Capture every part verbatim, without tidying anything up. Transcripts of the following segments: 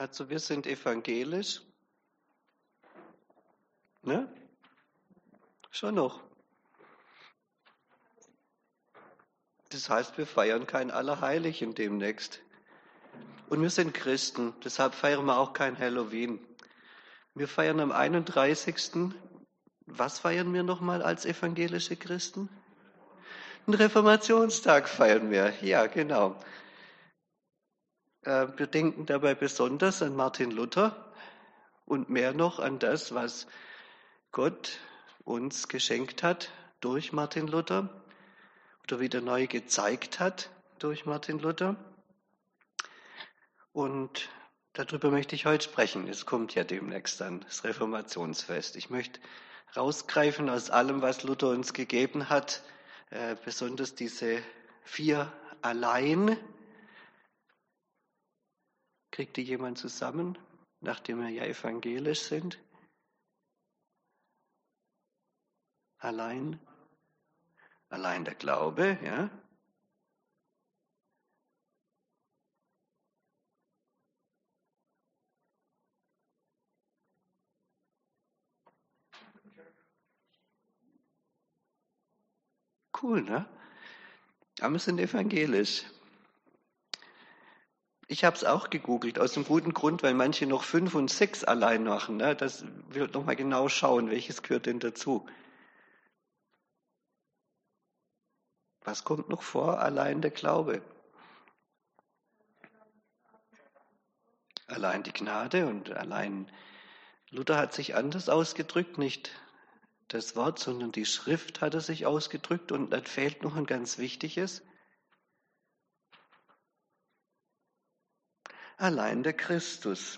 Also wir sind evangelisch, ne? Schon noch. Das heißt, wir feiern kein Allerheiligen demnächst. Und wir sind Christen, deshalb feiern wir auch kein Halloween. Wir feiern am einunddreißigsten Was feiern wir nochmal als evangelische Christen? Einen Reformationstag feiern wir, ja genau. Äh, wir denken dabei besonders an Martin Luther und mehr noch an das, was Gott uns geschenkt hat durch Martin Luther oder wieder neu gezeigt hat durch Martin Luther. Und darüber möchte ich heute sprechen. Es kommt ja demnächst dann das Reformationsfest. Ich möchte rausgreifen aus allem, was Luther uns gegeben hat, äh, besonders diese vier allein. Kriegt die jemand zusammen, nachdem wir ja evangelisch sind? Allein, allein der Glaube, ja. Cool, ne? Aber wir sind evangelisch. Ich habe es auch gegoogelt, aus einem guten Grund, weil manche noch fünf und sechs allein machen. Ne? Das will noch mal genau schauen, welches gehört denn dazu. Was kommt noch vor? Allein der Glaube. Allein die Gnade und allein Luther hat sich anders ausgedrückt, nicht das Wort, sondern die Schrift hat er sich ausgedrückt und dann fehlt noch ein ganz wichtiges. Allein der Christus.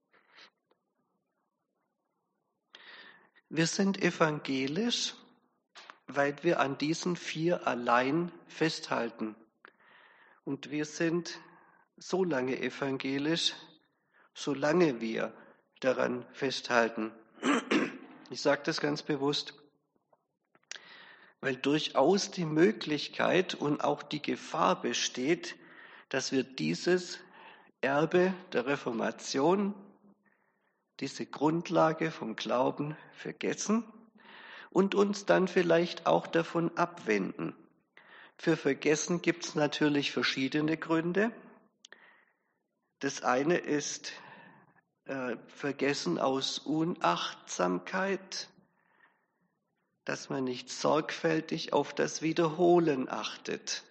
Wir sind evangelisch, weil wir an diesen vier allein festhalten. Und wir sind so lange evangelisch, solange wir daran festhalten. Ich sage das ganz bewusst, weil durchaus die Möglichkeit und auch die Gefahr besteht, dass wir dieses Erbe der Reformation, diese Grundlage vom Glauben vergessen und uns dann vielleicht auch davon abwenden. Für Vergessen gibt es natürlich verschiedene Gründe. Das eine ist äh, Vergessen aus Unachtsamkeit, dass man nicht sorgfältig auf das Wiederholen achtet.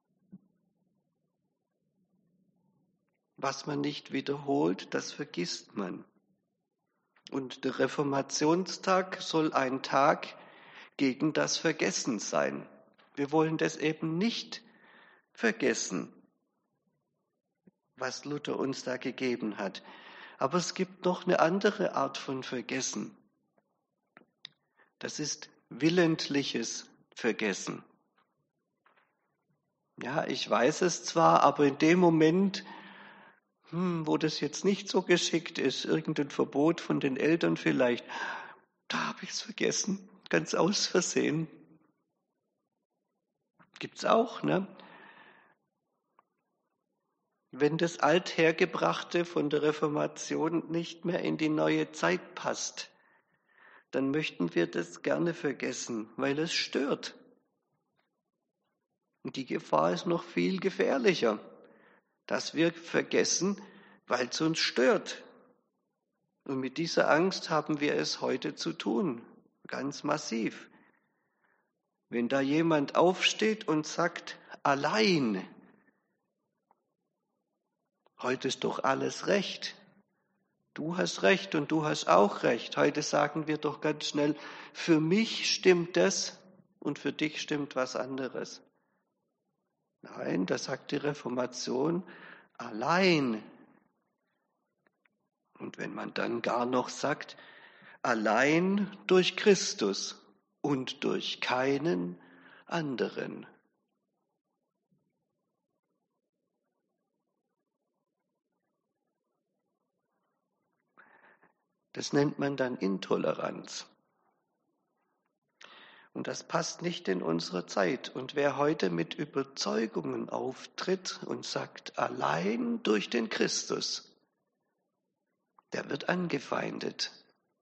Was man nicht wiederholt, das vergisst man. Und der Reformationstag soll ein Tag gegen das Vergessen sein. Wir wollen das eben nicht vergessen, was Luther uns da gegeben hat. Aber es gibt noch eine andere Art von Vergessen. Das ist willentliches Vergessen. Ja, ich weiß es zwar, aber in dem Moment, hm, wo das jetzt nicht so geschickt ist, irgendein Verbot von den Eltern vielleicht, da habe ich es vergessen, ganz aus Versehen. Gibt's auch, ne? Wenn das Althergebrachte von der Reformation nicht mehr in die neue Zeit passt, dann möchten wir das gerne vergessen, weil es stört. Und die Gefahr ist noch viel gefährlicher, dass wir vergessen, weil es uns stört. Und mit dieser Angst haben wir es heute zu tun, ganz massiv. Wenn da jemand aufsteht und sagt, allein, heute ist doch alles recht. Du hast recht und du hast auch recht. Heute sagen wir doch ganz schnell, für mich stimmt das und für dich stimmt was anderes. Nein, da sagt die Reformation, allein. Und wenn man dann gar noch sagt, allein durch Christus und durch keinen anderen. Das nennt man dann Intoleranz. Und das passt nicht in unsere Zeit. Und wer heute mit Überzeugungen auftritt und sagt, allein durch den Christus, der wird angefeindet.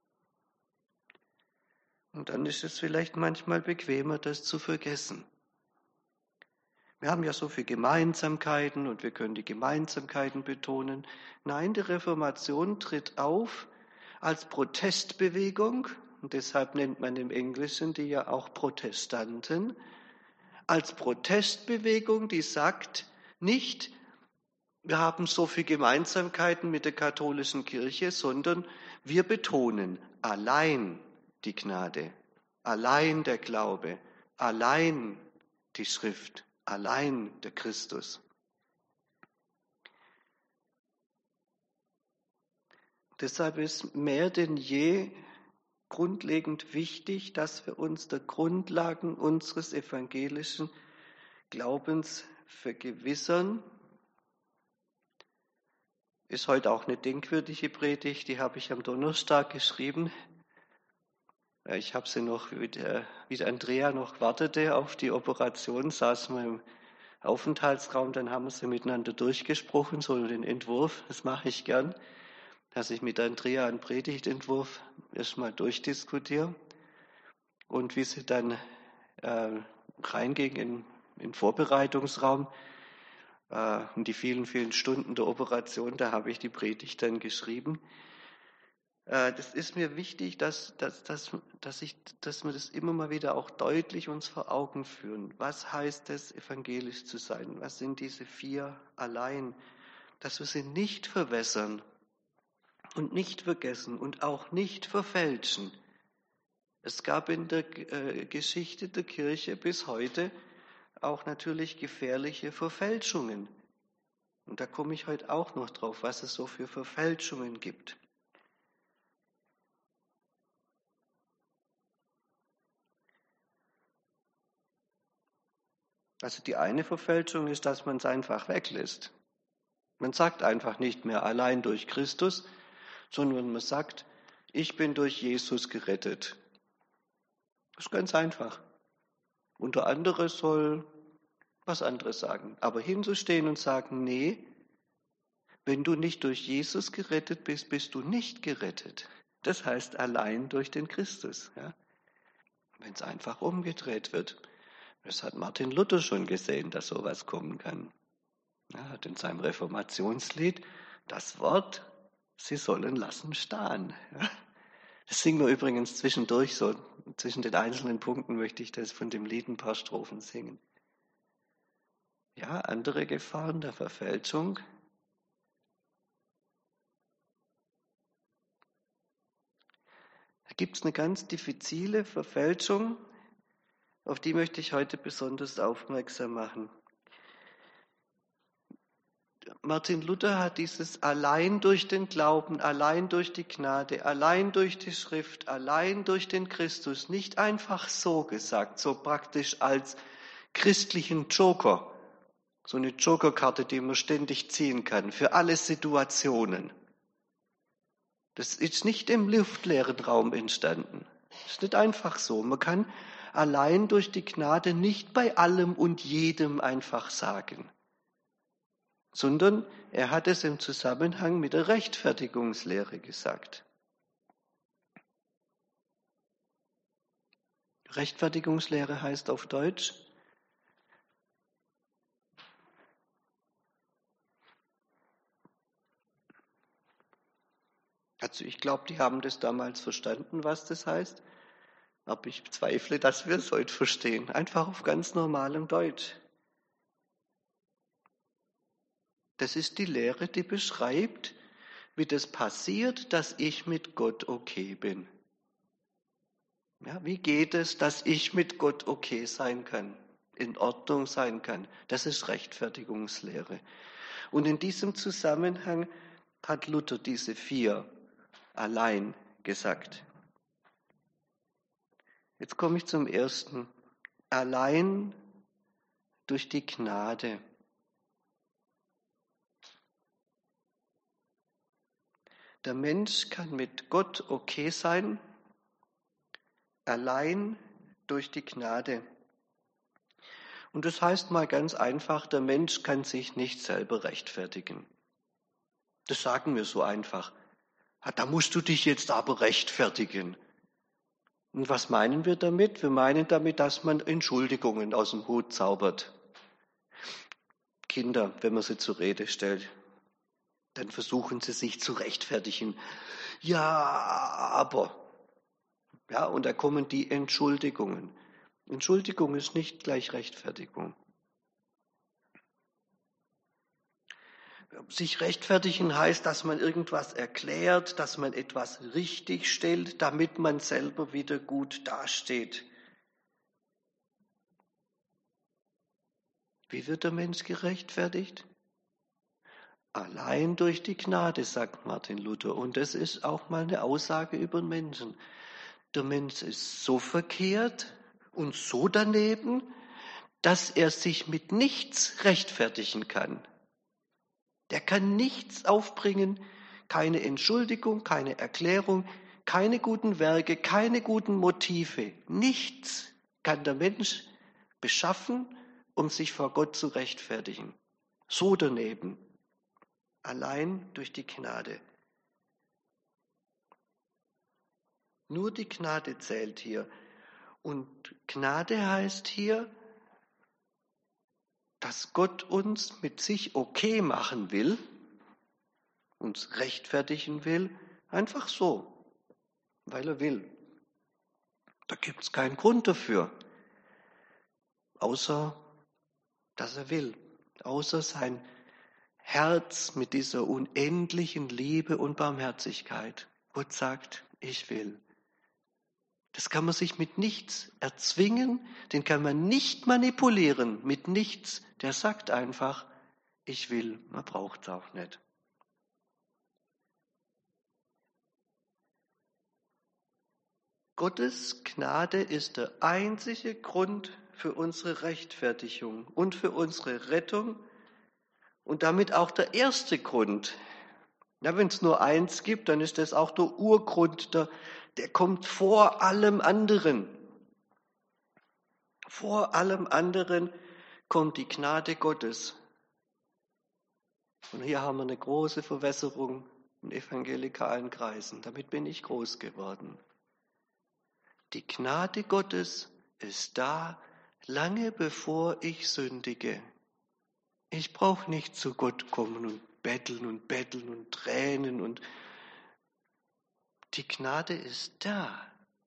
Und dann ist es vielleicht manchmal bequemer, das zu vergessen. Wir haben ja so viele Gemeinsamkeiten und wir können die Gemeinsamkeiten betonen. Nein, die Reformation tritt auf als Protestbewegung, und deshalb nennt man im Englischen die ja auch Protestanten, als Protestbewegung, die sagt, nicht, wir haben so viele Gemeinsamkeiten mit der katholischen Kirche, sondern wir betonen allein die Gnade, allein der Glaube, allein die Schrift, allein der Christus. Deshalb ist mehr denn je grundlegend wichtig, dass wir uns der Grundlagen unseres evangelischen Glaubens vergewissern. Ist heute auch eine denkwürdige Predigt, die habe ich am Donnerstag geschrieben. Ich habe sie noch, wie der, wie der Andrea noch wartete auf die Operation, saßen wir im Aufenthaltsraum, dann haben wir sie miteinander durchgesprochen, so den Entwurf, das mache ich gern, dass ich mit Andrea einen Predigtentwurf erstmal durchdiskutiere und wie sie dann äh, reinging in, in den Vorbereitungsraum, äh, in die vielen, vielen Stunden der Operation, da habe ich die Predigt dann geschrieben. Das ist mir wichtig, dass, dass, dass, dass, ich, dass wir das immer mal wieder auch deutlich uns vor Augen führen. Was heißt es, evangelisch zu sein? Was sind diese vier allein? Dass wir sie nicht verwässern und nicht vergessen und auch nicht verfälschen. Es gab in der äh, Geschichte der Kirche bis heute auch natürlich gefährliche Verfälschungen. Und da komme ich heute auch noch drauf, was es so für Verfälschungen gibt. Also die eine Verfälschung ist, dass man es einfach weglässt. Man sagt einfach nicht mehr allein durch Christus, sondern man sagt, ich bin durch Jesus gerettet. Das ist ganz einfach. Und der andere soll was anderes sagen. Aber hinzustehen und sagen, nee, wenn du nicht durch Jesus gerettet bist, bist du nicht gerettet. Das heißt allein durch den Christus. Ja? Wenn es einfach umgedreht wird. Das hat Martin Luther schon gesehen, dass sowas kommen kann. Er hat in seinem Reformationslied das Wort, sie sollen lassen stehen. Das singen wir übrigens zwischendurch, so zwischen den einzelnen Punkten möchte ich das von dem Lied ein paar Strophen singen. Ja, andere Gefahren der Verfälschung. Da gibt es eine ganz diffizile Verfälschung, auf die möchte ich heute besonders aufmerksam machen. Martin Luther hat dieses allein durch den Glauben, allein durch die Gnade, allein durch die Schrift, allein durch den Christus nicht einfach so gesagt, so praktisch als christlichen Joker, so eine Jokerkarte, die man ständig ziehen kann, für alle Situationen. Das ist nicht im luftleeren Raum entstanden. Das ist nicht einfach so. Man kann allein durch die Gnade nicht bei allem und jedem einfach sagen, sondern er hat es im Zusammenhang mit der Rechtfertigungslehre gesagt. Rechtfertigungslehre heißt auf Deutsch, also ich glaube, die haben das damals verstanden, was das heißt, aber ich zweifle, dass wir es heute verstehen. Einfach auf ganz normalem Deutsch. Das ist die Lehre, die beschreibt, wie das passiert, dass ich mit Gott okay bin. Ja, wie geht es, dass ich mit Gott okay sein kann, in Ordnung sein kann? Das ist Rechtfertigungslehre. Und in diesem Zusammenhang hat Luther diese vier allein gesagt. Jetzt komme ich zum ersten. Allein durch die Gnade. Der Mensch kann mit Gott okay sein, allein durch die Gnade. Und das heißt mal ganz einfach, der Mensch kann sich nicht selber rechtfertigen. Das sagen wir so einfach. Da musst du dich jetzt aber rechtfertigen. Und was meinen wir damit? Wir meinen damit, dass man Entschuldigungen aus dem Hut zaubert. Kinder, wenn man sie zur Rede stellt, dann versuchen sie sich zu rechtfertigen. Ja, aber. Ja, und da kommen die Entschuldigungen. Entschuldigung ist nicht gleich Rechtfertigung. Sich rechtfertigen heißt, dass man irgendwas erklärt, dass man etwas richtig stellt, damit man selber wieder gut dasteht. Wie wird der Mensch gerechtfertigt? Allein durch die Gnade, sagt Martin Luther. Und das ist auch mal eine Aussage über den Menschen. Der Mensch ist so verkehrt und so daneben, dass er sich mit nichts rechtfertigen kann. Der kann nichts aufbringen, keine Entschuldigung, keine Erklärung, keine guten Werke, keine guten Motive. Nichts kann der Mensch beschaffen, um sich vor Gott zu rechtfertigen. So daneben. Allein durch die Gnade. Nur die Gnade zählt hier. Und Gnade heißt hier, dass Gott uns mit sich okay machen will, uns rechtfertigen will, einfach so, weil er will. Da gibt es keinen Grund dafür, außer dass er will, außer sein Herz mit dieser unendlichen Liebe und Barmherzigkeit. Gott sagt, ich will. Das kann man sich mit nichts erzwingen, den kann man nicht manipulieren, mit nichts. Der sagt einfach, ich will, man braucht es auch nicht. Gottes Gnade ist der einzige Grund für unsere Rechtfertigung und für unsere Rettung und damit auch der erste Grund. Ja, wenn es nur eins gibt, dann ist das auch der Urgrund, der, der kommt vor allem anderen. Vor allem anderen kommt die Gnade Gottes. Und hier haben wir eine große Verwässerung in evangelikalen Kreisen. Damit bin ich groß geworden. Die Gnade Gottes ist da, lange bevor ich sündige. Ich brauche nicht zu Gott kommen und betteln und betteln und tränen und die Gnade ist da.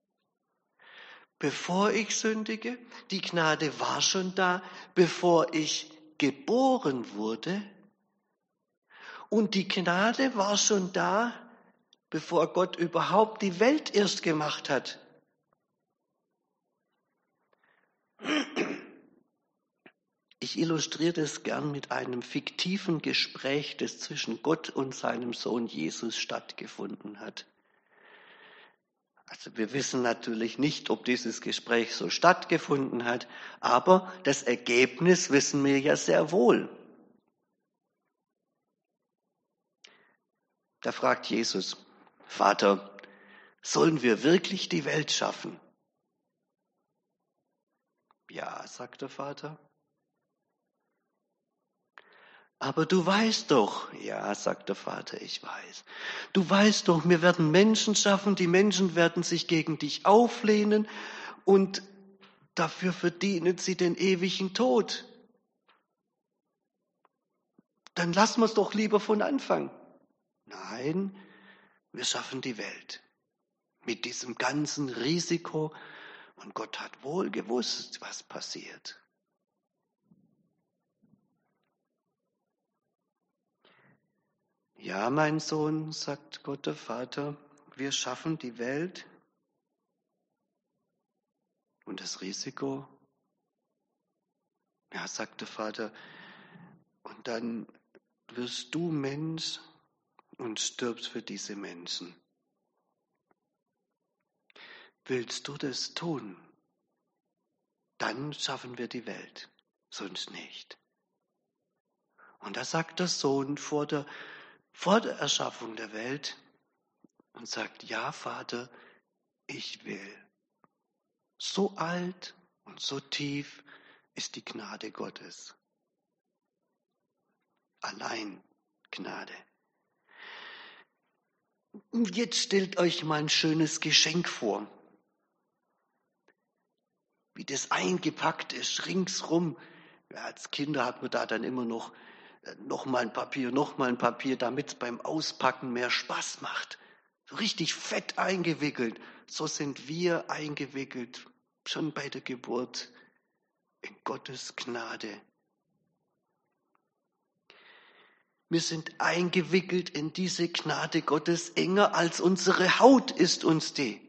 Bevor ich sündige, die Gnade war schon da, bevor ich geboren wurde. Und die Gnade war schon da, bevor Gott überhaupt die Welt erst gemacht hat. Ich illustriere das gern mit einem fiktiven Gespräch, das zwischen Gott und seinem Sohn Jesus stattgefunden hat. Also wir wissen natürlich nicht, ob dieses Gespräch so stattgefunden hat, aber das Ergebnis wissen wir ja sehr wohl. Da fragt Jesus, Vater, sollen wir wirklich die Welt schaffen? Ja, sagt der Vater. Aber du weißt doch, ja, sagt der Vater, ich weiß. Du weißt doch, wir werden Menschen schaffen, die Menschen werden sich gegen dich auflehnen und dafür verdienen sie den ewigen Tod. Dann lassen wir es doch lieber von Anfang. Nein, wir schaffen die Welt mit diesem ganzen Risiko und Gott hat wohl gewusst, was passiert. Ja, mein Sohn, sagt Gott der Vater, wir schaffen die Welt und das Risiko. Ja, sagt der Vater, und dann wirst du Mensch und stirbst für diese Menschen. Willst du das tun? Dann schaffen wir die Welt, sonst nicht. Und da sagt der Sohn vor der vor der Erschaffung der Welt und sagt, ja, Vater, ich will. So alt und so tief ist die Gnade Gottes. Allein Gnade. Und jetzt stellt euch mal ein schönes Geschenk vor. Wie das eingepackt ist, ringsrum. Ja, als Kinder hat man da dann immer noch, noch mal ein Papier, noch mal ein Papier, damit es beim Auspacken mehr Spaß macht. So richtig fett eingewickelt. So sind wir eingewickelt, schon bei der Geburt, in Gottes Gnade. Wir sind eingewickelt in diese Gnade Gottes, enger als unsere Haut ist uns die.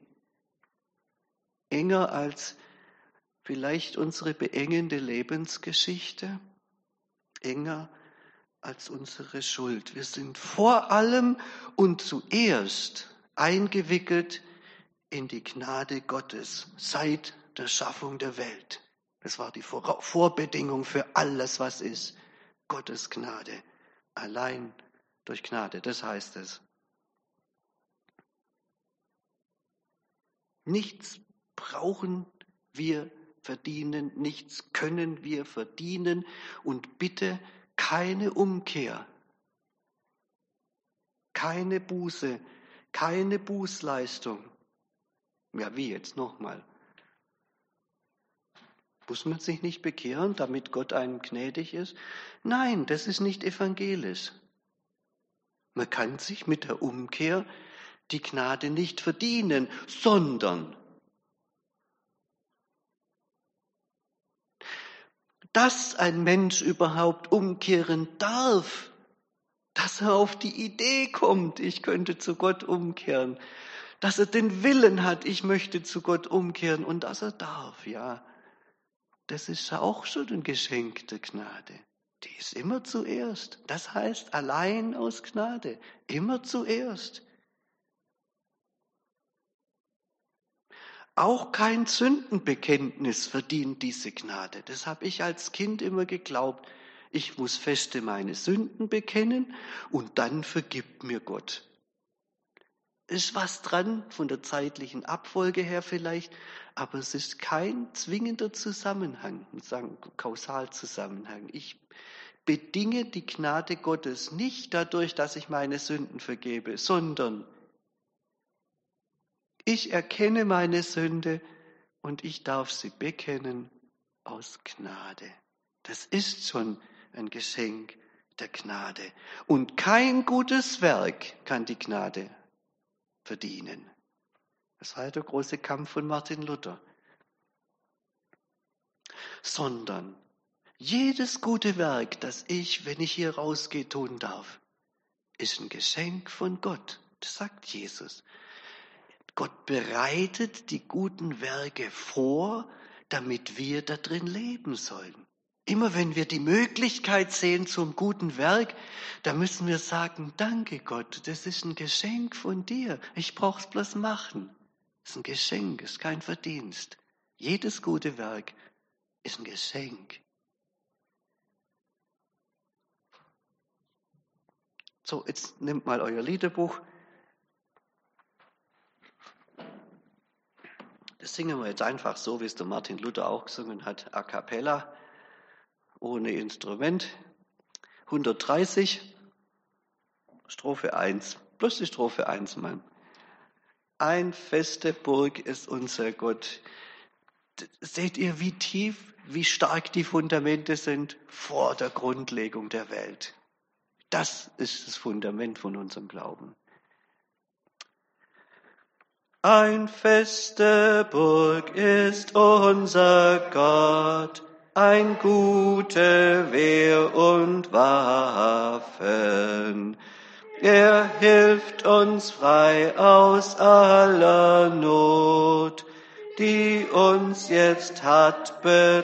Enger als vielleicht unsere beengende Lebensgeschichte, enger als unsere Schuld. Wir sind vor allem und zuerst eingewickelt in die Gnade Gottes seit der Schaffung der Welt. Das war die Vorbedingung für alles, was ist. Gottes Gnade. Allein durch Gnade, das heißt es. Nichts brauchen wir verdienen, nichts können wir verdienen und bitte keine Umkehr, keine Buße, keine Bußleistung. Ja, wie jetzt nochmal? Muss man sich nicht bekehren, damit Gott einem gnädig ist? Nein, das ist nicht evangelisch. Man kann sich mit der Umkehr die Gnade nicht verdienen, sondern dass ein Mensch überhaupt umkehren darf, dass er auf die Idee kommt, ich könnte zu Gott umkehren, dass er den Willen hat, ich möchte zu Gott umkehren und dass er darf, ja. Das ist ja auch schon ein Geschenk der Gnade. Die ist immer zuerst. Das heißt, allein aus Gnade. Immer zuerst. Auch kein Sündenbekenntnis verdient diese Gnade. Das habe ich als Kind immer geglaubt. Ich muss feste meine Sünden bekennen und dann vergibt mir Gott. Ist was dran, von der zeitlichen Abfolge her vielleicht, aber es ist kein zwingender Zusammenhang, sagen Kausalzusammenhang. Ich bedinge die Gnade Gottes nicht dadurch, dass ich meine Sünden vergebe, sondern ich erkenne meine Sünde und ich darf sie bekennen aus Gnade. Das ist schon ein Geschenk der Gnade. Und kein gutes Werk kann die Gnade verdienen. Das war der große Kampf von Martin Luther. Sondern jedes gute Werk, das ich, wenn ich hier rausgehe, tun darf, ist ein Geschenk von Gott. Das sagt Jesus. Gott bereitet die guten Werke vor, damit wir da drin leben sollen. Immer wenn wir die Möglichkeit sehen zum guten Werk, da müssen wir sagen, danke Gott, das ist ein Geschenk von dir. Ich brauche es bloß machen. Das ist ein Geschenk, ist kein Verdienst. Jedes gute Werk ist ein Geschenk. So, jetzt nehmt mal euer Liederbuch. Das singen wir jetzt einfach so, wie es der Martin Luther auch gesungen hat, a cappella, ohne Instrument. hundertdreißig, Strophe eins, plus die Strophe eins mal. Ein feste Burg ist unser Gott. Seht ihr, wie tief, wie stark die Fundamente sind vor der Grundlegung der Welt? Das ist das Fundament von unserem Glauben. Ein feste Burg ist unser Gott, ein gute Wehr und Waffen. Er hilft uns frei aus aller Not, die uns jetzt hat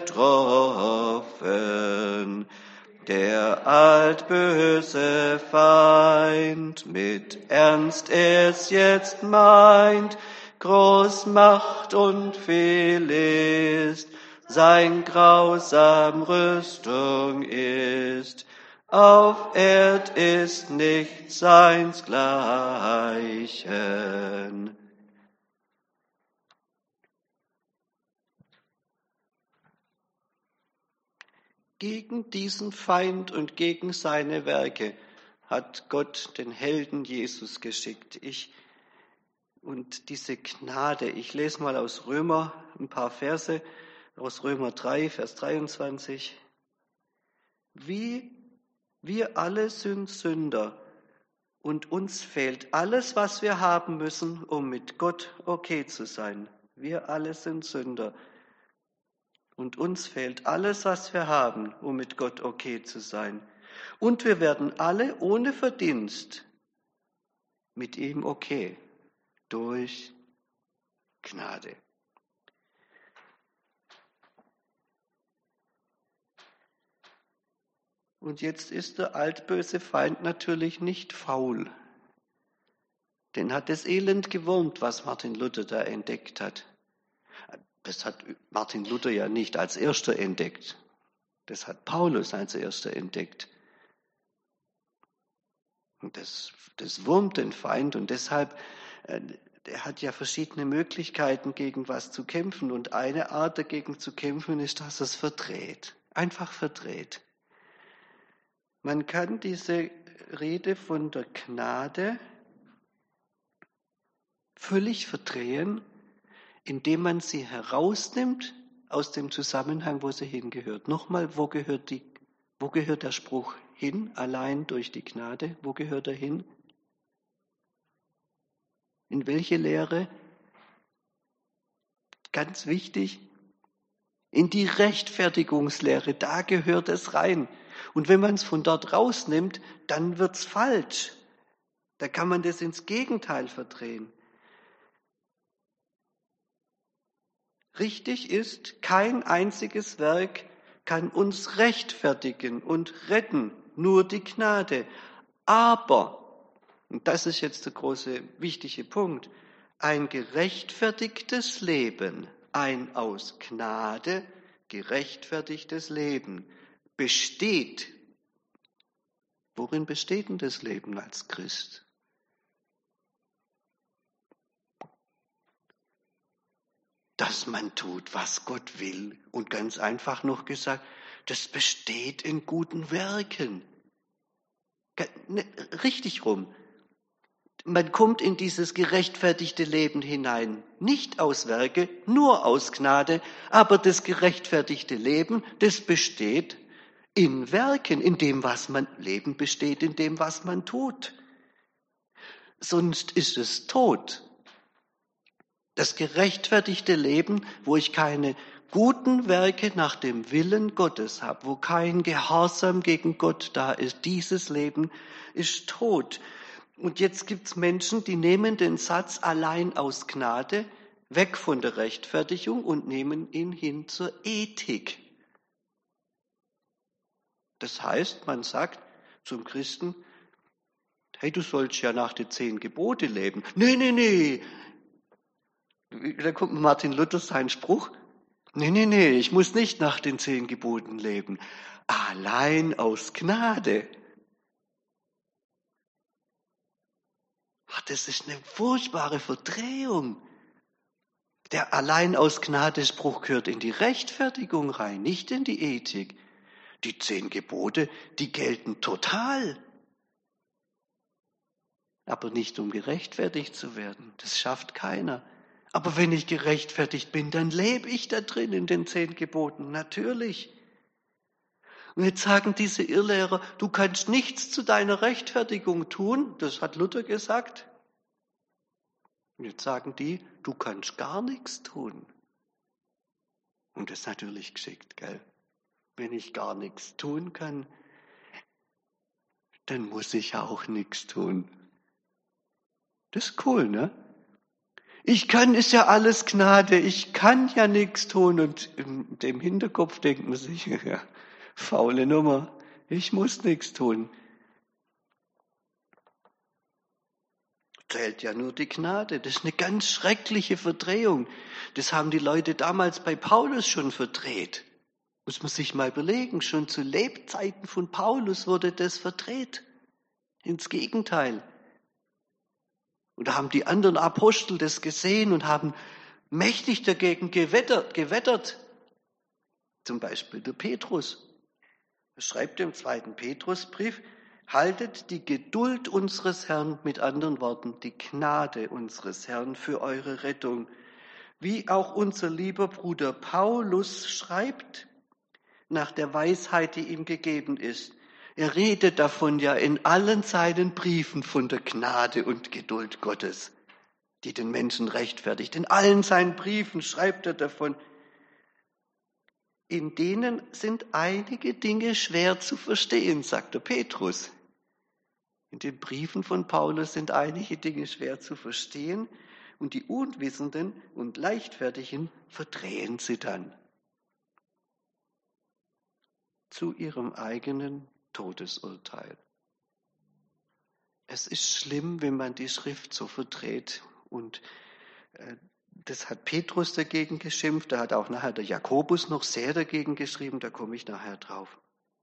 betroffen. Der altböse Feind mit Ernst es jetzt meint, groß Macht und viel ist, sein grausam Rüstung ist. Auf Erd ist nicht seinsgleichen. Gegen diesen Feind und gegen seine Werke hat Gott den Helden Jesus geschickt. Ich Und diese Gnade, ich lese mal aus Römer ein paar Verse, aus Römer drei, Vers dreiundzwanzig. Wie wir alle sind Sünder und uns fehlt alles, was wir haben müssen, um mit Gott okay zu sein. Wir alle sind Sünder und uns fehlt alles, was wir haben, um mit Gott okay zu sein. Und wir werden alle ohne Verdienst mit ihm okay, durch Gnade. Und jetzt ist der altböse Feind natürlich nicht faul. Den hat das Elend gewurmt, was Martin Luther da entdeckt hat. Das hat Martin Luther ja nicht als erster entdeckt. Das hat Paulus als erster entdeckt. Und das, das wurmt den Feind und deshalb, äh, er hat ja verschiedene Möglichkeiten, gegen was zu kämpfen. Und eine Art dagegen zu kämpfen ist, dass es verdreht. Einfach verdreht. Man kann diese Rede von der Gnade völlig verdrehen, indem man sie herausnimmt aus dem Zusammenhang, wo sie hingehört. Nochmal, wo gehört die, wo gehört der Spruch hin? Allein durch die Gnade. Wo gehört er hin? In welche Lehre? Ganz wichtig, in die Rechtfertigungslehre. Da gehört es rein. Und wenn man es von dort rausnimmt, dann wird's falsch. Da kann man das ins Gegenteil verdrehen. Richtig ist, kein einziges Werk kann uns rechtfertigen und retten, nur die Gnade. Aber, und das ist jetzt der große, wichtige Punkt, ein gerechtfertigtes Leben, ein aus Gnade gerechtfertigtes Leben besteht. Worin besteht denn das Leben als Christ? Dass man tut, was Gott will. Und ganz einfach noch gesagt, das besteht in guten Werken. Richtig rum. Man kommt in dieses gerechtfertigte Leben hinein, nicht aus Werke, nur aus Gnade, aber das gerechtfertigte Leben, das besteht in Werken, in dem, was man, Leben besteht in dem, was man tut. Sonst ist es tot. Das gerechtfertigte Leben, wo ich keine guten Werke nach dem Willen Gottes habe, wo kein Gehorsam gegen Gott da ist, dieses Leben ist tot. Und jetzt gibt's Menschen, die nehmen den Satz allein aus Gnade weg von der Rechtfertigung und nehmen ihn hin zur Ethik. Das heißt, man sagt zum Christen, hey, du sollst ja nach den zehn Gebote leben. Nee, nee, nee. Da kommt Martin Luther sein Spruch. Nee, nee, nee, ich muss nicht nach den zehn Geboten leben. Allein aus Gnade. Ach, das ist eine furchtbare Verdrehung. Der allein aus Gnade Spruch gehört in die Rechtfertigung rein, nicht in die Ethik. Die zehn Gebote, die gelten total. Aber nicht um gerechtfertigt zu werden. Das schafft keiner. Aber wenn ich gerechtfertigt bin, dann lebe ich da drin in den zehn Geboten, natürlich. Und jetzt sagen diese Irrlehrer, du kannst nichts zu deiner Rechtfertigung tun, das hat Luther gesagt. Und jetzt sagen die, du kannst gar nichts tun. Und das ist natürlich geschickt, gell? Wenn ich gar nichts tun kann, dann muss ich auch nichts tun. Das ist cool, ne? Ich kann, ist ja alles Gnade, ich kann ja nichts tun. Und in dem Hinterkopf denkt man sich, ja, faule Nummer, ich muss nichts tun. Zählt ja nur die Gnade. Das ist eine ganz schreckliche Verdrehung. Das haben die Leute damals bei Paulus schon verdreht. Muss man sich mal überlegen, schon zu Lebzeiten von Paulus wurde das verdreht. Ins Gegenteil. Und da haben die anderen Apostel das gesehen und haben mächtig dagegen gewettert. gewettert. Zum Beispiel der Petrus. Er schreibt im zweiten Petrusbrief, Haltet die Geduld unseres Herrn, mit anderen Worten, die Gnade unseres Herrn für eure Rettung. Wie auch unser lieber Bruder Paulus schreibt, nach der Weisheit, die ihm gegeben ist. Er redet davon ja in allen seinen Briefen von der Gnade und Geduld Gottes, die den Menschen rechtfertigt. In allen seinen Briefen schreibt er davon. In denen sind einige Dinge schwer zu verstehen, sagt der Petrus. In den Briefen von Paulus sind einige Dinge schwer zu verstehen und die Unwissenden und Leichtfertigen verdrehen sie dann zu ihrem eigenen Todesurteil. Es ist schlimm, wenn man die Schrift so verdreht und äh, das hat Petrus dagegen geschimpft, da hat auch nachher der Jakobus noch sehr dagegen geschrieben, da komme ich nachher drauf.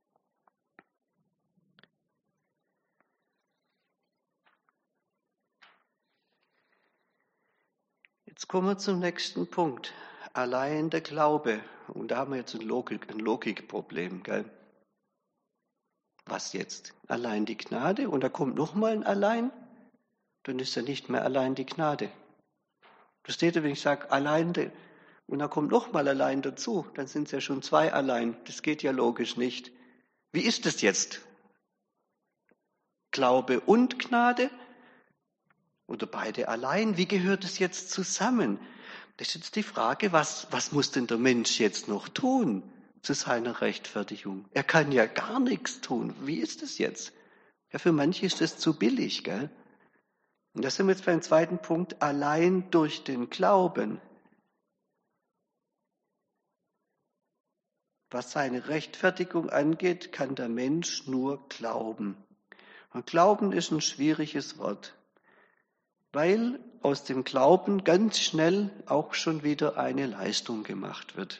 Jetzt kommen wir zum nächsten Punkt. Allein der Glaube. Und da haben wir jetzt ein, Logik, ein Logikproblem, gell? Was jetzt? Allein die Gnade? Und da kommt nochmal ein Allein? Dann ist ja nicht mehr allein die Gnade. Versteht ihr, wenn ich sage allein, de, und da kommt nochmal allein dazu, dann sind es ja schon zwei allein. Das geht ja logisch nicht. Wie ist es jetzt? Glaube und Gnade? Oder beide allein? Wie gehört es jetzt zusammen? Das ist jetzt die Frage, was, was muss denn der Mensch jetzt noch tun zu seiner Rechtfertigung? Er kann ja gar nichts tun. Wie ist es jetzt? Ja, für manche ist das zu billig, gell? Und da sind wir jetzt beim zweiten Punkt, allein durch den Glauben. Was seine Rechtfertigung angeht, kann der Mensch nur glauben. Und Glauben ist ein schwieriges Wort, weil aus dem Glauben ganz schnell auch schon wieder eine Leistung gemacht wird.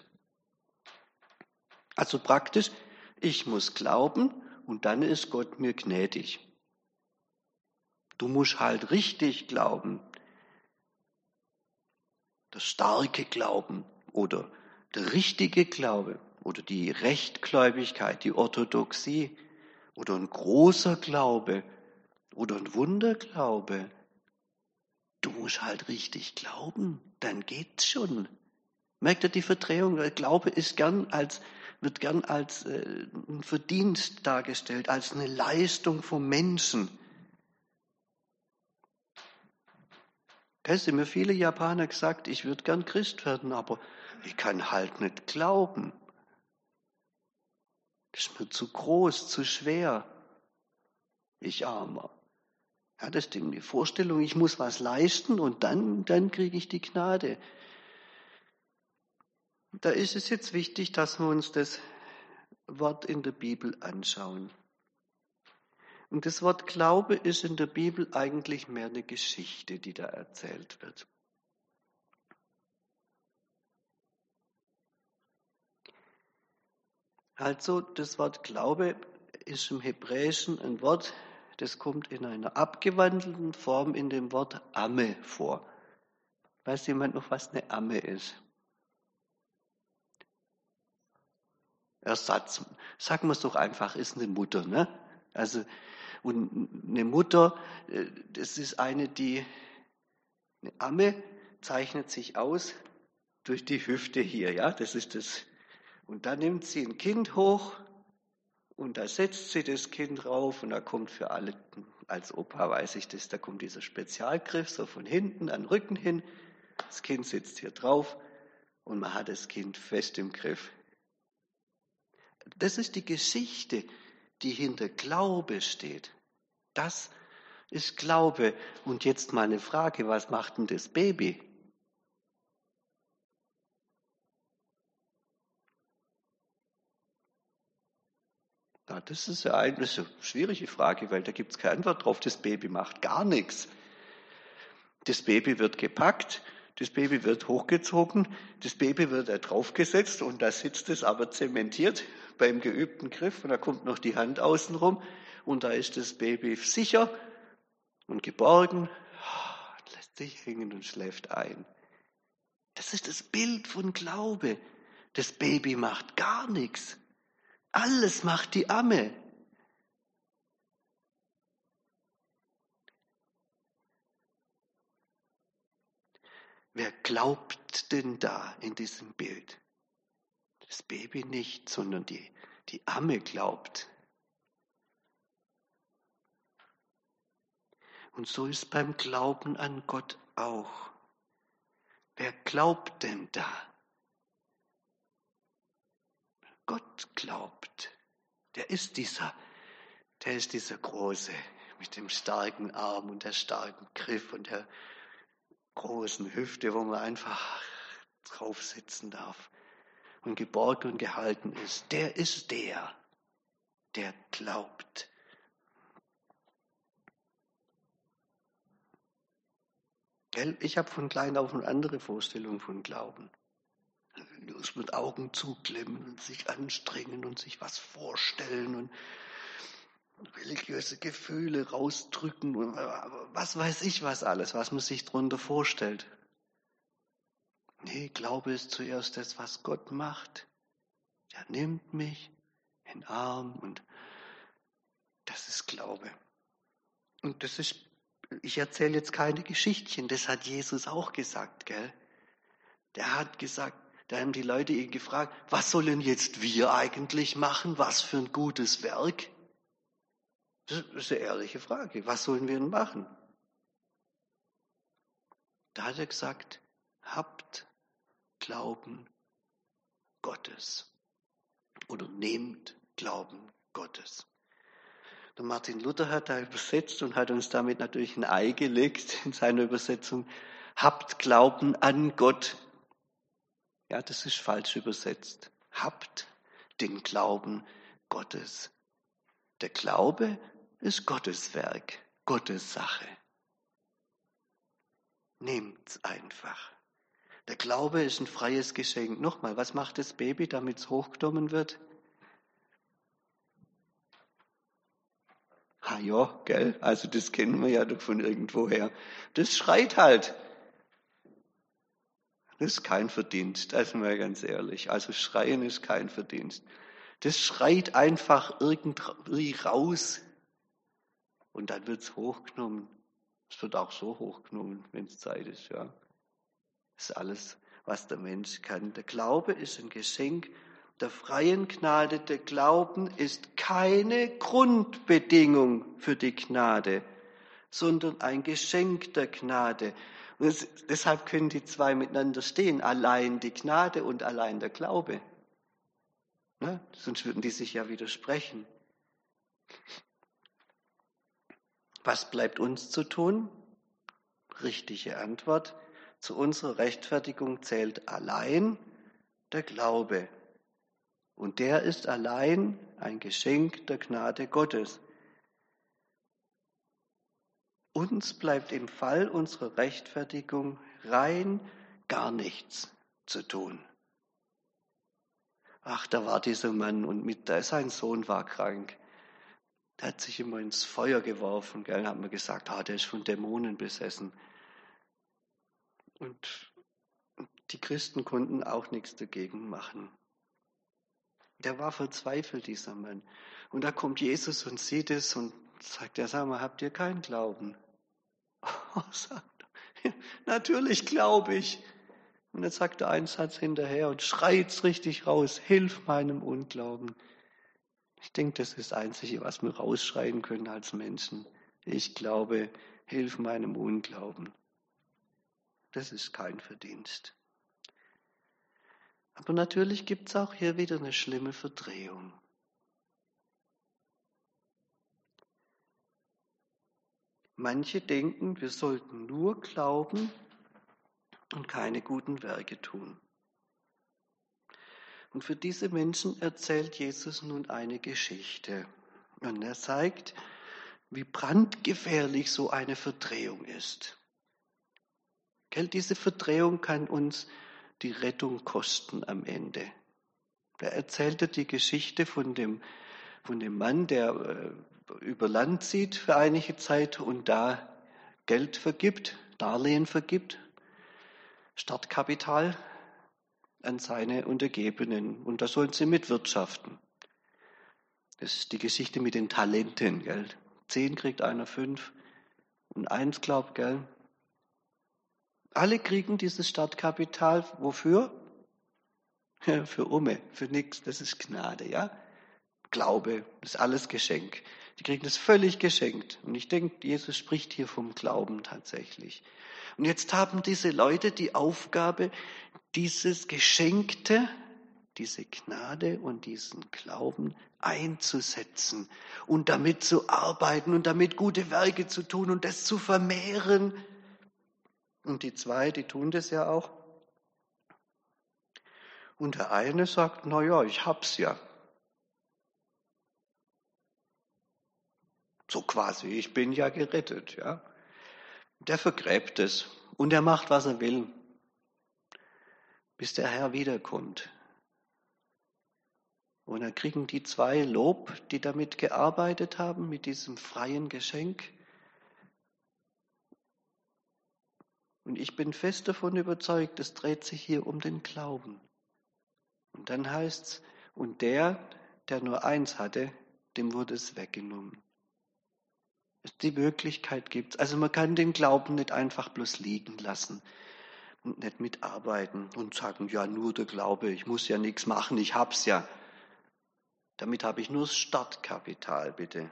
Also praktisch, ich muss glauben und dann ist Gott mir gnädig. Du musst halt richtig glauben. Der starke Glauben oder der richtige Glaube oder die Rechtgläubigkeit, die Orthodoxie oder ein großer Glaube oder ein Wunderglaube. Du musst halt richtig glauben, dann geht's schon. Merkt ihr die Verdrehung? Weil Glaube ist gern als, wird gern als äh, ein Verdienst dargestellt, als eine Leistung vom Menschen. Es haben mir viele Japaner gesagt, ich würde gern Christ werden, aber ich kann halt nicht glauben. Das ist mir zu groß, zu schwer. Ich Armer. Ja, das ist die Vorstellung, ich muss was leisten und dann, dann kriege ich die Gnade. Da ist es jetzt wichtig, dass wir uns das Wort in der Bibel anschauen. Und das Wort Glaube ist in der Bibel eigentlich mehr eine Geschichte, die da erzählt wird. Also das Wort Glaube ist im Hebräischen ein Wort, das kommt in einer abgewandelten Form in dem Wort Amme vor. Weiß jemand noch, was eine Amme ist? Ersatz. Sagen wir es doch einfach, ist eine Mutter, ne? Also, und eine Mutter, das ist eine, die, eine Amme zeichnet sich aus durch die Hüfte hier, ja? Das ist das. Und da nimmt sie ein Kind hoch und da setzt sie das Kind drauf und da kommt für alle, als Opa weiß ich das, da kommt dieser Spezialgriff so von hinten an den Rücken hin. Das Kind sitzt hier drauf und man hat das Kind fest im Griff. Das ist die Geschichte, die hinter Glaube steht. Das ist Glaube. Und jetzt mal eine Frage, was macht denn das Baby? Na, das ist ja eine, das ist eine schwierige Frage, weil da gibt es keine Antwort drauf. Das Baby macht gar nichts. Das Baby wird gepackt, das Baby wird hochgezogen, das Baby wird da draufgesetzt und da sitzt es aber zementiert beim geübten Griff und da kommt noch die Hand außen rum und da ist das Baby sicher und geborgen und lässt sich hängen und schläft ein. Das ist das Bild von Glaube. Das Baby macht gar nichts. Alles macht die Amme. wer glaubt denn da in diesem Bild? Das Baby nicht, sondern die, die Amme glaubt. Und so ist beim Glauben an Gott auch. Wer glaubt denn da? Gott glaubt. Der ist dieser, der ist dieser Große mit dem starken Arm und der starken Griff und der großen Hüfte, wo man einfach drauf sitzen darf und geborgen und gehalten ist. Der ist der, der glaubt. Ich habe von klein auf eine andere Vorstellung von Glauben. Bloß mit Augen zuklemmen und sich anstrengen und sich was vorstellen und religiöse Gefühle rausdrücken und was weiß ich was alles, was man sich darunter vorstellt. Nee, Glaube ist zuerst das, was Gott macht. Er nimmt mich in den Arm und das ist Glaube. Und das ist, ich erzähle jetzt keine Geschichtchen, das hat Jesus auch gesagt, gell? Der hat gesagt, da haben die Leute ihn gefragt, was sollen jetzt wir eigentlich machen? Was für ein gutes Werk? Das ist eine ehrliche Frage. Was sollen wir denn machen? Da hat er gesagt, habt Glauben Gottes. Oder nehmt Glauben Gottes. Der Martin Luther hat da übersetzt und hat uns damit natürlich ein Ei gelegt in seiner Übersetzung. Habt Glauben an Gott. Ja, das ist falsch übersetzt. Habt den Glauben Gottes. Der Glaube ist Gottes Werk, Gottes Sache. Nehmt's einfach. Der Glaube ist ein freies Geschenk. Nochmal, was macht das Baby, damit es hochgenommen wird? Ah ja, gell? Also das kennen wir ja doch von irgendwoher. Das schreit halt. Das ist kein Verdienst, also mal ganz ehrlich. Also schreien ist kein Verdienst. Das schreit einfach irgendwie raus und dann wird es hochgenommen. Es wird auch so hochgenommen, wenn es Zeit ist, ja. Das ist alles, was der Mensch kann. Der Glaube ist ein Geschenk der freien Gnade. Der Glauben ist keine Grundbedingung für die Gnade, sondern ein Geschenk der Gnade. Und es, deshalb können die zwei miteinander stehen, allein die Gnade und allein der Glaube. Ne? Sonst würden die sich ja widersprechen. Was bleibt uns zu tun? Richtige Antwort. Zu unserer Rechtfertigung zählt allein der Glaube. Und der ist allein ein Geschenk der Gnade Gottes. Uns bleibt im Fall unserer Rechtfertigung rein gar nichts zu tun. Ach, da war dieser Mann und mit, da sein Sohn war krank. Der hat sich immer ins Feuer geworfen, gell, hat man gesagt, ah, der ist von Dämonen besessen. Und die Christen konnten auch nichts dagegen machen. Der war verzweifelt, dieser Mann. Und da kommt Jesus und sieht es und sagt, ja, sag mal, habt ihr keinen Glauben? Oh, sagt er, natürlich glaube ich. Und dann sagt er einen Satz hinterher und schreit's richtig raus, hilf meinem Unglauben. Ich denke, das ist das Einzige, was wir rausschreien können als Menschen. Ich glaube, hilf meinem Unglauben. Das ist kein Verdienst. Aber natürlich gibt es auch hier wieder eine schlimme Verdrehung. Manche denken, wir sollten nur glauben und keine guten Werke tun. Und für diese Menschen erzählt Jesus nun eine Geschichte. Und er zeigt, wie brandgefährlich so eine Verdrehung ist. Gell, diese Verdrehung kann uns die Rettung kosten am Ende. Er erzählte die Geschichte von dem, von dem Mann, der äh, über Land zieht für einige Zeit und da Geld vergibt, Darlehen vergibt, Startkapital an seine Untergebenen. Und da sollen sie mitwirtschaften. Das ist die Geschichte mit den Talenten, gell? Zehn kriegt einer fünf und eins glaubt, gell? Alle kriegen dieses Startkapital. Wofür? Für Umme, für nichts. Das ist Gnade, ja? Glaube, das ist alles Geschenk. Die kriegen das völlig geschenkt. Und ich denke, Jesus spricht hier vom Glauben tatsächlich. Und jetzt haben diese Leute die Aufgabe, dieses Geschenkte, diese Gnade und diesen Glauben einzusetzen und damit zu arbeiten und damit gute Werke zu tun und das zu vermehren. Und die zwei, die tun das ja auch. Und der eine sagt, na ja, ich hab's ja. So quasi, ich bin ja gerettet, ja. Der vergräbt es und er macht, was er will, bis der Herr wiederkommt. Und dann kriegen die zwei Lob, die damit gearbeitet haben, mit diesem freien Geschenk. Und ich bin fest davon überzeugt, es dreht sich hier um den Glauben. Und dann heißt's, und der, der nur eins hatte, dem wurde es weggenommen. Die Möglichkeit gibt's. Also man kann den Glauben nicht einfach bloß liegen lassen und nicht mitarbeiten und sagen, ja, nur der Glaube, ich muss ja nichts machen, ich hab's ja. Damit habe ich nur das Startkapital, bitte.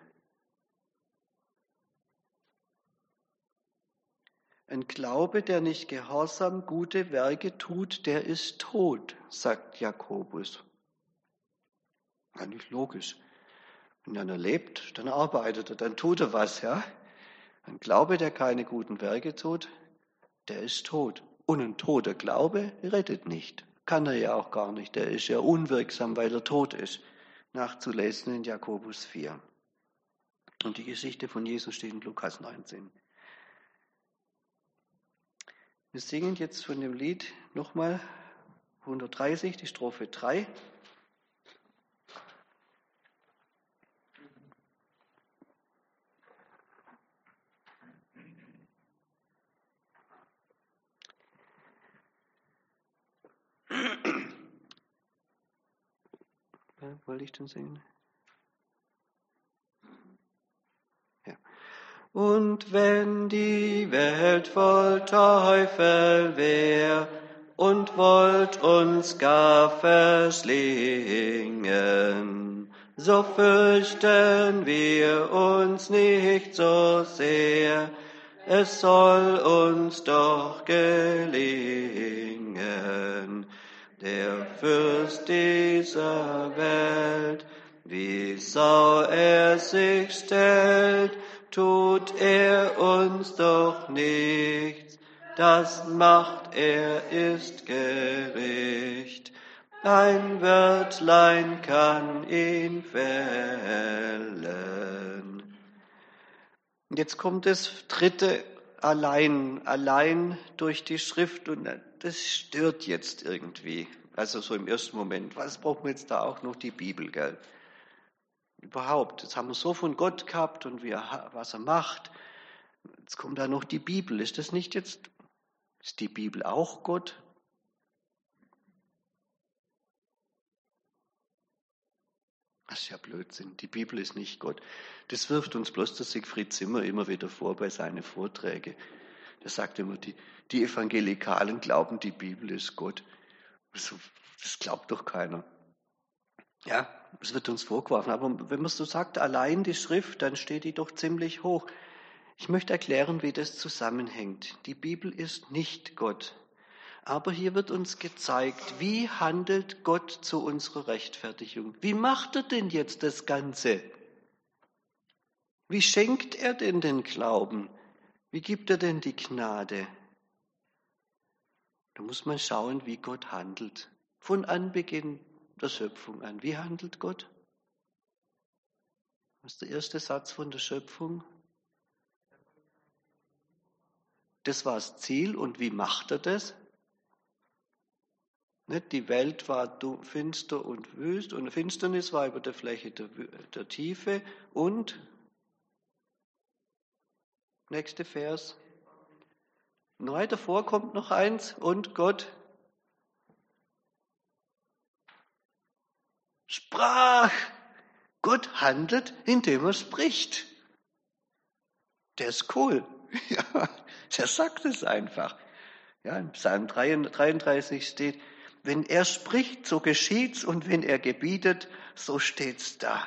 Ein Glaube, der nicht gehorsam gute Werke tut, der ist tot, sagt Jakobus. Ja, nicht logisch. Wenn einer lebt, dann arbeitet er, dann tut er was, ja. Ein Glaube, der keine guten Werke tut, der ist tot. Und ein toter Glaube rettet nicht. Kann er ja auch gar nicht. Der ist ja unwirksam, weil er tot ist. Nachzulesen in Jakobus vier. Und die Geschichte von Jesus steht in Lukas neunzehn. Wir singen jetzt von dem Lied nochmal hundertdreißig, die Strophe drei. Wollte ich denn singen? Ja. Und wenn die Welt voll Teufel wär und wollt uns gar verschlingen, so fürchten wir uns nicht so sehr, es soll uns doch gelingen. Der Fürst dieser Welt, wie sau er sich stellt, tut er uns doch nichts, das macht er ist Gericht. Ein Wörtlein kann ihn fällen. Und jetzt kommt das dritte allein, allein durch die Schrift und das stört jetzt irgendwie. Also so im ersten Moment, was brauchen wir jetzt da auch noch die Bibel, gell? Überhaupt, jetzt haben wir so von Gott gehabt und wie er, was er macht. Jetzt kommt da noch die Bibel. Ist das nicht jetzt, ist die Bibel auch Gott? Das ist ja Blödsinn. Die Bibel ist nicht Gott. Das wirft uns bloß der Siegfried Zimmer immer wieder vor bei seinen Vorträgen. Der sagt immer, die, die Evangelikalen glauben, die Bibel ist Gott. Das, das glaubt doch keiner. Ja, es wird uns vorgeworfen. Aber wenn man so sagt, allein die Schrift, dann steht die doch ziemlich hoch. Ich möchte erklären, wie das zusammenhängt. Die Bibel ist nicht Gott. Aber hier wird uns gezeigt, wie handelt Gott zu unserer Rechtfertigung? Wie macht er denn jetzt das Ganze? Wie schenkt er denn den Glauben? Wie gibt er denn die Gnade? Da muss man schauen, wie Gott handelt. Von Anbeginn der Schöpfung an. Wie handelt Gott? Was ist der erste Satz von der Schöpfung? Das war das Ziel. Und wie macht er das? Die Welt war finster und wüst und Finsternis war über der Fläche der, der Tiefe und nächste Vers. Neu davor kommt noch eins und Gott sprach. Gott handelt, indem er spricht. Der ist cool. Ja, der sagt es einfach. Ja, im Psalm dreiunddreißig steht, wenn er spricht, so geschieht's, und wenn er gebietet, so steht's da.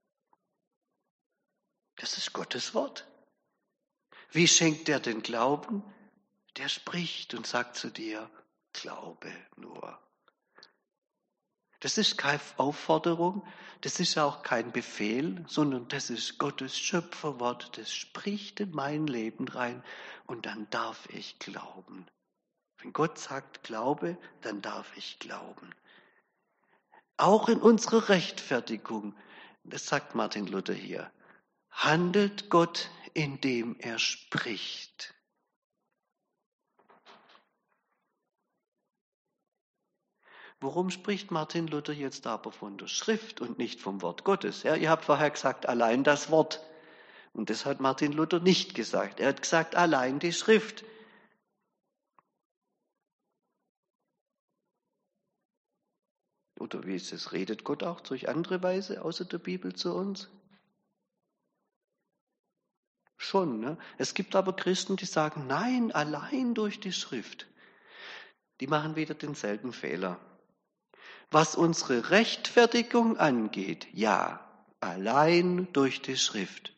Das ist Gottes Wort. Wie schenkt er den Glauben? Der spricht und sagt zu dir, glaube nur. Das ist keine Aufforderung, das ist auch kein Befehl, sondern das ist Gottes Schöpferwort, das spricht in mein Leben rein und dann darf ich glauben. Wenn Gott sagt, glaube, dann darf ich glauben. Auch in unserer Rechtfertigung, das sagt Martin Luther hier, handelt Gott, indem er spricht. Warum spricht Martin Luther jetzt aber von der Schrift und nicht vom Wort Gottes? Ja, ihr habt vorher gesagt, allein das Wort. Und das hat Martin Luther nicht gesagt. Er hat gesagt, allein die Schrift. Oder wie ist es? Redet Gott auch durch andere Weise außer der Bibel zu uns? Schon, ne? Es gibt aber Christen, die sagen, nein, allein durch die Schrift. Die machen wieder denselben Fehler. Was unsere Rechtfertigung angeht, ja, allein durch die Schrift.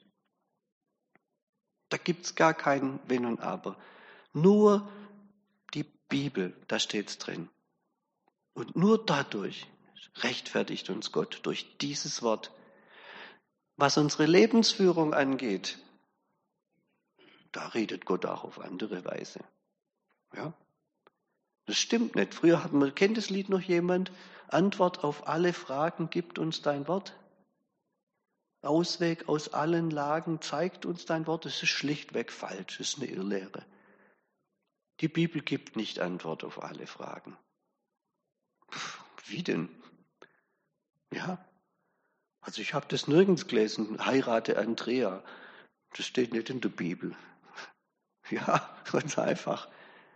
Da gibt's gar kein Wenn und Aber. Nur die Bibel, da steht's drin. Und nur dadurch rechtfertigt uns Gott, durch dieses Wort. Was unsere Lebensführung angeht, da redet Gott auch auf andere Weise. Ja? Das stimmt nicht. Früher hat man, kennt das Lied noch jemand? Antwort auf alle Fragen gibt uns dein Wort. Ausweg aus allen Lagen zeigt uns dein Wort. Das ist schlichtweg falsch. Das ist eine Irrlehre. Die Bibel gibt nicht Antwort auf alle Fragen. Wie denn? Ja, also ich habe das nirgends gelesen. Heirate Andrea. Das steht nicht in der Bibel. Ja, ganz einfach.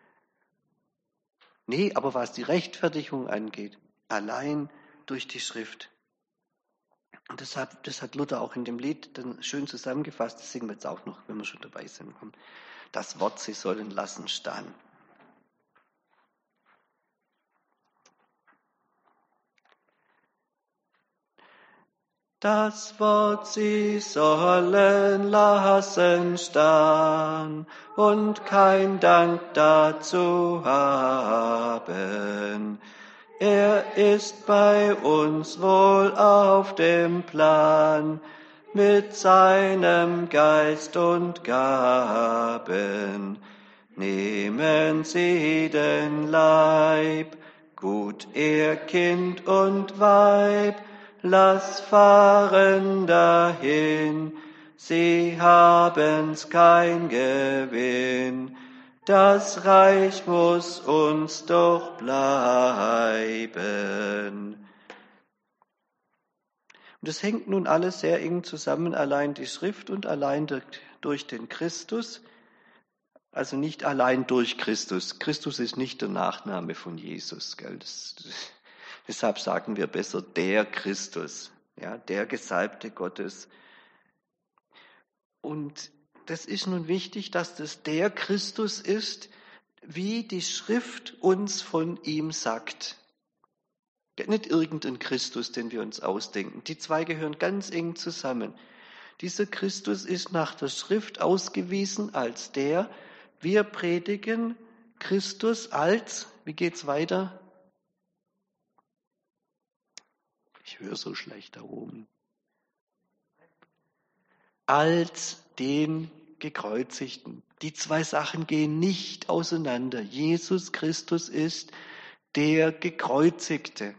Nee, aber was die Rechtfertigung angeht, allein durch die Schrift. Und das hat, das hat Luther auch in dem Lied dann schön zusammengefasst. Das singen wir jetzt auch noch, wenn wir schon dabei sind. Das Wort, sie sollen lassen stehen. Das Wort, sie sollen lassen stehen und kein Dank dazu haben. Er ist bei uns wohl auf dem Plan mit seinem Geist und Gaben. Nehmen Sie den Leib, gut ihr Kind und Weib, lass fahren dahin, sie haben's kein Gewinn. Das Reich muss uns doch bleiben. Und es hängt nun alles sehr eng zusammen, allein die Schrift und allein durch den Christus. Also nicht allein durch Christus. Christus ist nicht der Nachname von Jesus. Gell? Das, das, deshalb sagen wir besser der Christus, ja, der Gesalbte Gottes. Und das ist nun wichtig, dass das der Christus ist, wie die Schrift uns von ihm sagt. Nicht irgendein Christus, den wir uns ausdenken. Die zwei gehören ganz eng zusammen. Dieser Christus ist nach der Schrift ausgewiesen als der, wir predigen Christus als, wie geht's weiter? Ich höre so schlecht da oben. Als den Gekreuzigten. Die zwei Sachen gehen nicht auseinander. Jesus Christus ist der Gekreuzigte.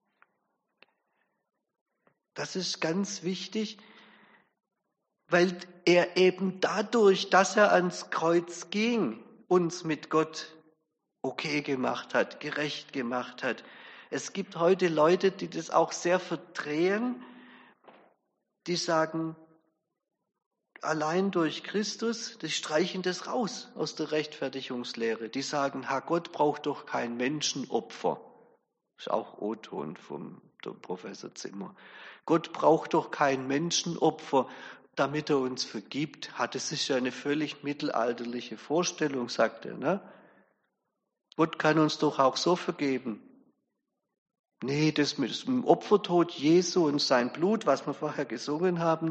Das ist ganz wichtig, weil er eben dadurch, dass er ans Kreuz ging, uns mit Gott okay gemacht hat, gerecht gemacht hat. Es gibt heute Leute, die das auch sehr verdrehen, die sagen, allein durch Christus, die streichen das raus aus der Rechtfertigungslehre. Die sagen, Herr Gott braucht doch kein Menschenopfer. Das ist auch O-Ton vom Professor Zimmer. Gott braucht doch kein Menschenopfer, damit er uns vergibt. Das ist ja eine völlig mittelalterliche Vorstellung, sagt er. Ne? Gott kann uns doch auch so vergeben. Nee, das mit dem Opfertod Jesu und sein Blut, was wir vorher gesungen haben,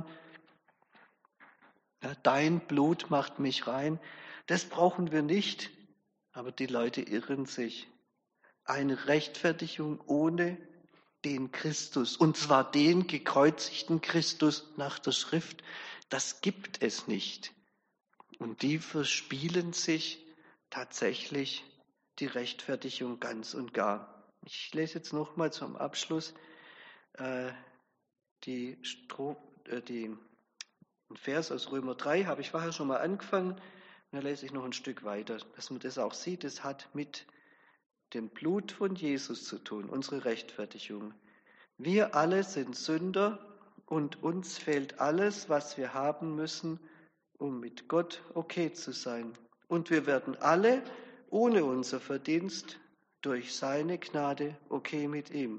ja, dein Blut macht mich rein, das brauchen wir nicht. Aber die Leute irren sich. Eine Rechtfertigung ohne den Christus, und zwar den gekreuzigten Christus nach der Schrift, das gibt es nicht. Und die verspielen sich tatsächlich die Rechtfertigung ganz und gar. Ich lese jetzt nochmal zum Abschluss äh, die, Stro äh, die einen Vers aus Römer drei, habe ich vorher schon mal angefangen, und da lese ich noch ein Stück weiter, dass man das auch sieht, es hat mit dem Blut von Jesus zu tun, unsere Rechtfertigung. Wir alle sind Sünder und uns fehlt alles, was wir haben müssen, um mit Gott okay zu sein. Und wir werden alle ohne unser Verdienst durch seine Gnade okay mit ihm.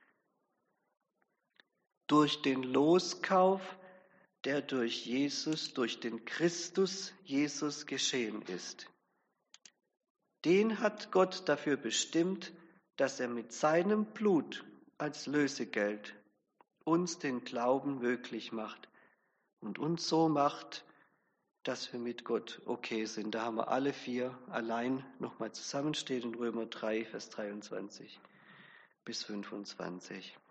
Durch den Loskauf, der durch Jesus, durch den Christus Jesus geschehen ist. Den hat Gott dafür bestimmt, dass er mit seinem Blut als Lösegeld uns den Glauben möglich macht und uns so macht, dass wir mit Gott okay sind. Da haben wir alle vier allein nochmal zusammenstehen in Römer drei, Vers dreiundzwanzig bis fünfundzwanzig.